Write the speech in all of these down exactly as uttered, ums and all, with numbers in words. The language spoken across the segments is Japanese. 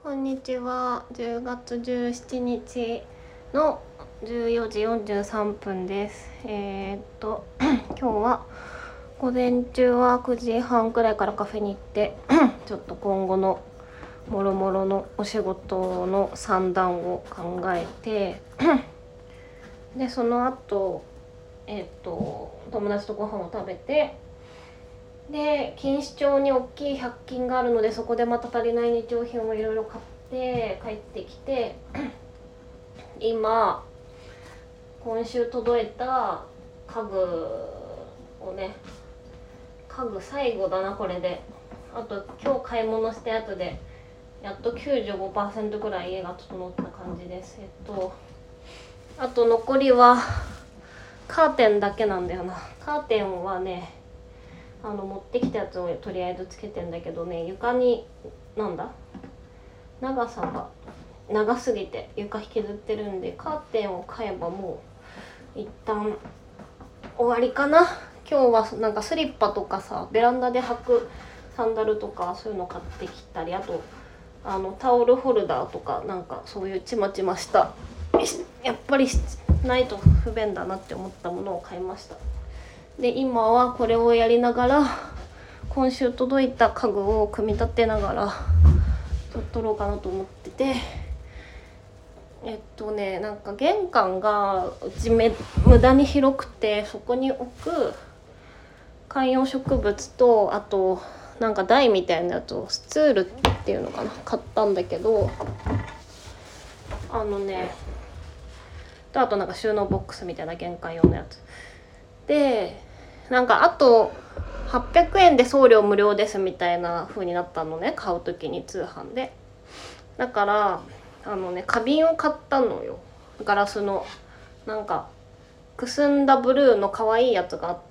こんにちは。じゅうがつじゅうしちにちのじゅうよじよんじゅうさんぷんです。えー、っと今日は午前中はくじはんくらいからカフェに行ってちょっと今後のもろもろのお仕事の算段を考えてでその後えー、っと友達とご飯を食べて、で錦糸町に大きいひゃく均があるので、そこでまた足りない日用品をいろいろ買って帰ってきて今今週届いた家具をね、家具最後だなこれで、あと今日買い物したやつでやっと きゅうじゅうごパーセント ぐらい家が整った感じです。えっとあと残りはカーテンだけなんだよな。カーテンはね、あの持ってきたやつをとりあえずつけてんだけどね、床になんだ長さが長すぎて床引きずってるんで、カーテンを買えばもう一旦終わりかな。今日はなんかスリッパとかさ、ベランダで履くサンダルとかそういうの買ってきたり、あとあのタオルホルダーとか、なんかそういうちまちましたやっぱりないと不便だなって思ったものを買いました。で今はこれをやりながら今週届いた家具を組み立てながら撮ろうかなと思ってて、えっとねなんか玄関がうちめ無駄に広くて、そこに置く観葉植物と、あとなんか台みたいなやつをスツールっていうのかな買ったんだけど、あのねとあとなんか収納ボックスみたいな玄関用のやつで、なんかあとはっぴゃくえんで送料無料ですみたいな風になったのね、買う時に通販で。だからあのね花瓶を買ったのよ、ガラスの。なんかくすんだブルーの可愛いやつがあって、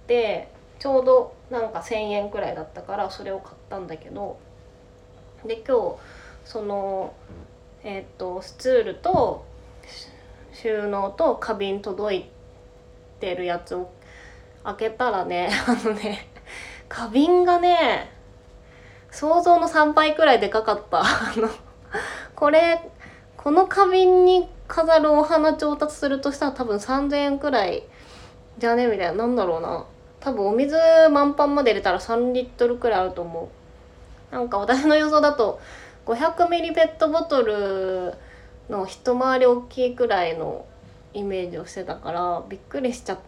ちょうどなんかせんえんくらいだったからそれを買ったんだけど、で今日そのえっとスツールと収納と花瓶届いてるやつを開けたらね、あのね花瓶がね想像のさんばいくらいでかかったあのこれこの花瓶に飾るお花調達するとしたら多分さんぜんえんくらいじゃねみたいな。なんだろうな、多分お水満パンまで入れたらさんリットルくらいあると思う。なんか私の予想だとごひゃくミリペットボトルの一回り大きいくらいのイメージをしてたからびっくりしちゃって、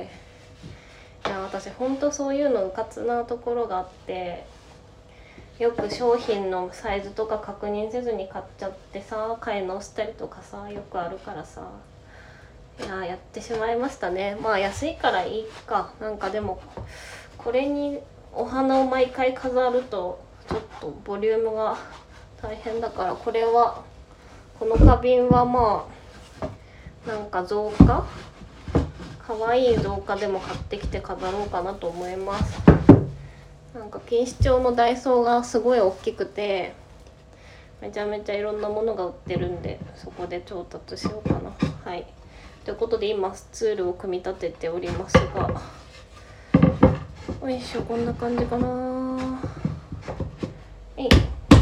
いや私ほんとそういうのうかつなところがあって、よく商品のサイズとか確認せずに買っちゃってさ、買い直したりとかさよくあるからさ、いややってしまいましたね。まあ安いからいいか。なんかでもこれにお花を毎回飾るとちょっとボリュームが大変だから、これはこの花瓶はまあなんか造花可愛い造花でも買ってきて飾ろうかなと思います。なんか錦糸町のダイソーがすごい大きくて、めちゃめちゃいろんなものが売ってるんで、そこで調達しようかな。はい、ということで今スツールを組み立てておりますが、よいしょ、こんな感じかな。えい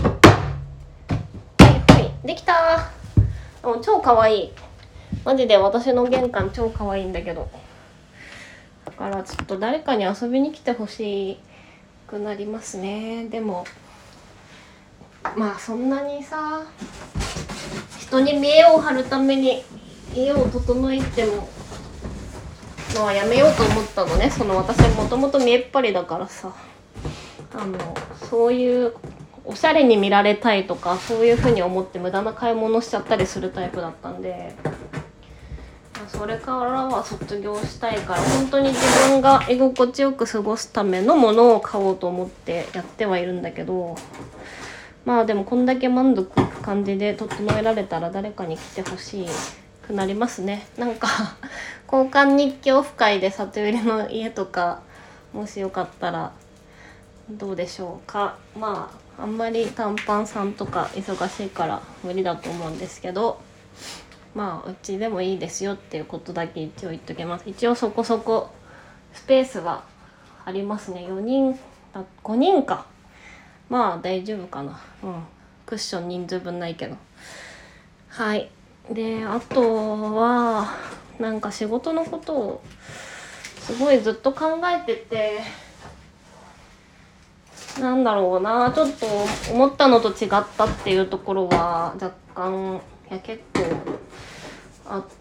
はいはいできたー。もう超かわいい、マジで私の玄関超かわいいんだけど、だからちょっと誰かに遊びに来てほしくなりますね。でもまあそんなにさ人に見栄を張るために家を整えてものはやめようと思ったのね。その私もともと見えっ張りだからさ、あのそういうおしゃれに見られたいとかそういう風に思って無駄な買い物しちゃったりするタイプだったんで、それからは卒業したいから、本当に自分が居心地よく過ごすためのものを買おうと思ってやってはいるんだけど、まあでもこんだけ満足いく感じで整えられたら誰かに来てほしくなりますね。なんか交換日記オフ会で里寄りの家とかもしよかったらどうでしょうか。まああんまり短パンさんとか忙しいから無理だと思うんですけど、まあうちでもいいですよっていうことだけ一応言っときます。一応そこそこスペースはありますね。よにんあごにんか、まあ大丈夫かな。うんクッション人数分ないけど。はい。であとはなんか仕事のことをすごいずっと考えてて、なんだろうな、ちょっと思ったのと違ったっていうところは若干、いや結構あって、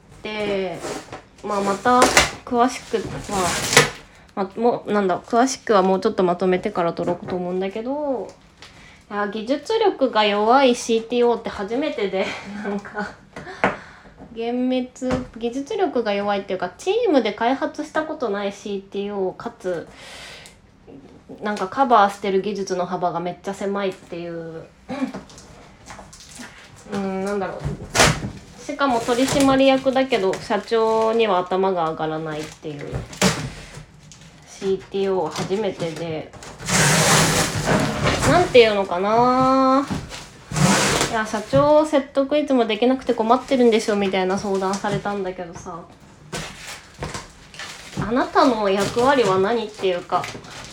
まあまた詳しくは、まあ、もうなんだ詳しくはもうちょっとまとめてから撮ろうと思うんだけど、いや技術力が弱い シーティーオー って初めてで、なんか幻滅、技術力が弱いっていうか、チームで開発したことない シーティーオー かつなんかカバーしてる技術の幅がめっちゃ狭いっていう、うん、なんだろう、しかも取締役だけど社長には頭が上がらないっていう シーティーオー 初めてで、なんていうのかな、いや社長説得いつもできなくて困ってるんでしょみたいな相談されたんだけどさ、あなたの役割は何っていうか、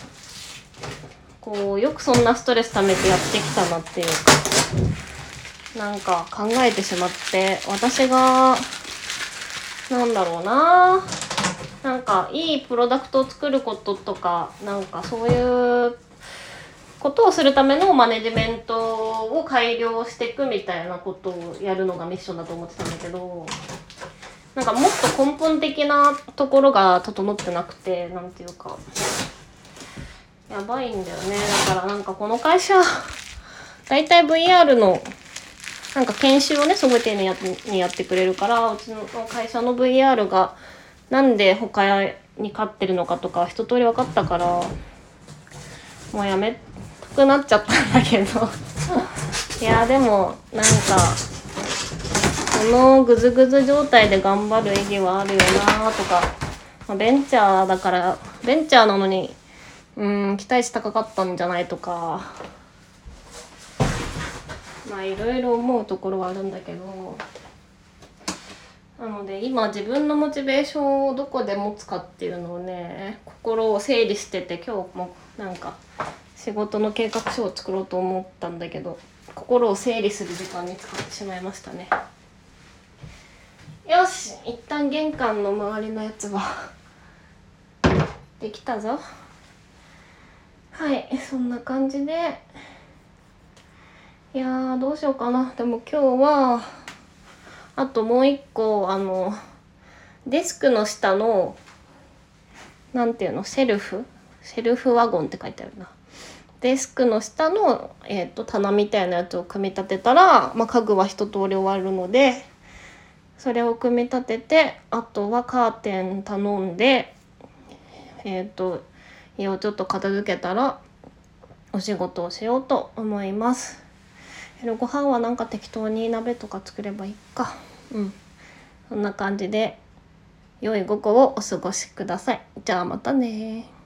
こうよくそんなストレス溜めてやってきたなっていうか、なんか考えてしまって、私がなんだろうな、なんかいいプロダクトを作ることとか、なんかそういうことをするためのマネジメントを改良していくみたいなことをやるのがミッションだと思ってたんだけど、なんかもっと根本的なところが整ってなくて、なんていうかやばいんだよね。だからなんかこの会社だいたい ブイアール のなんか研修をねすごい丁寧にやってくれるから、うちの会社の ブイアール がなんで他に勝ってるのかとか一通り分かったから、もうやめたくなっちゃったんだけどいやでもなんかこのグズグズ状態で頑張る意義はあるよなとか、まあ、ベンチャーだからベンチャーなのにうん期待値高かったんじゃないとか、まあいろいろ思うところはあるんだけど、なので今自分のモチベーションをどこで持つかっていうのをね、心を整理してて、今日もなんか仕事の計画書を作ろうと思ったんだけど、心を整理する時間に使ってしまいましたね。よし、一旦玄関の周りのやつはできたぞ。はい、そんな感じで、いやーどうしようかな。でも今日はあともう一個、あのデスクの下のなんていうの、シェルフシェルフワゴンって書いてあるな。デスクの下の、えー、と棚みたいなやつを組み立てたら、まあ、家具は一通り終わるので、それを組み立てて、あとはカーテン頼んで、えっ、と家をちょっと片付けたらお仕事をしようと思います。夜ご飯はなんか適当に鍋とか作ればいいか。うん、そんな感じで良い午後をお過ごしください。じゃあまたね。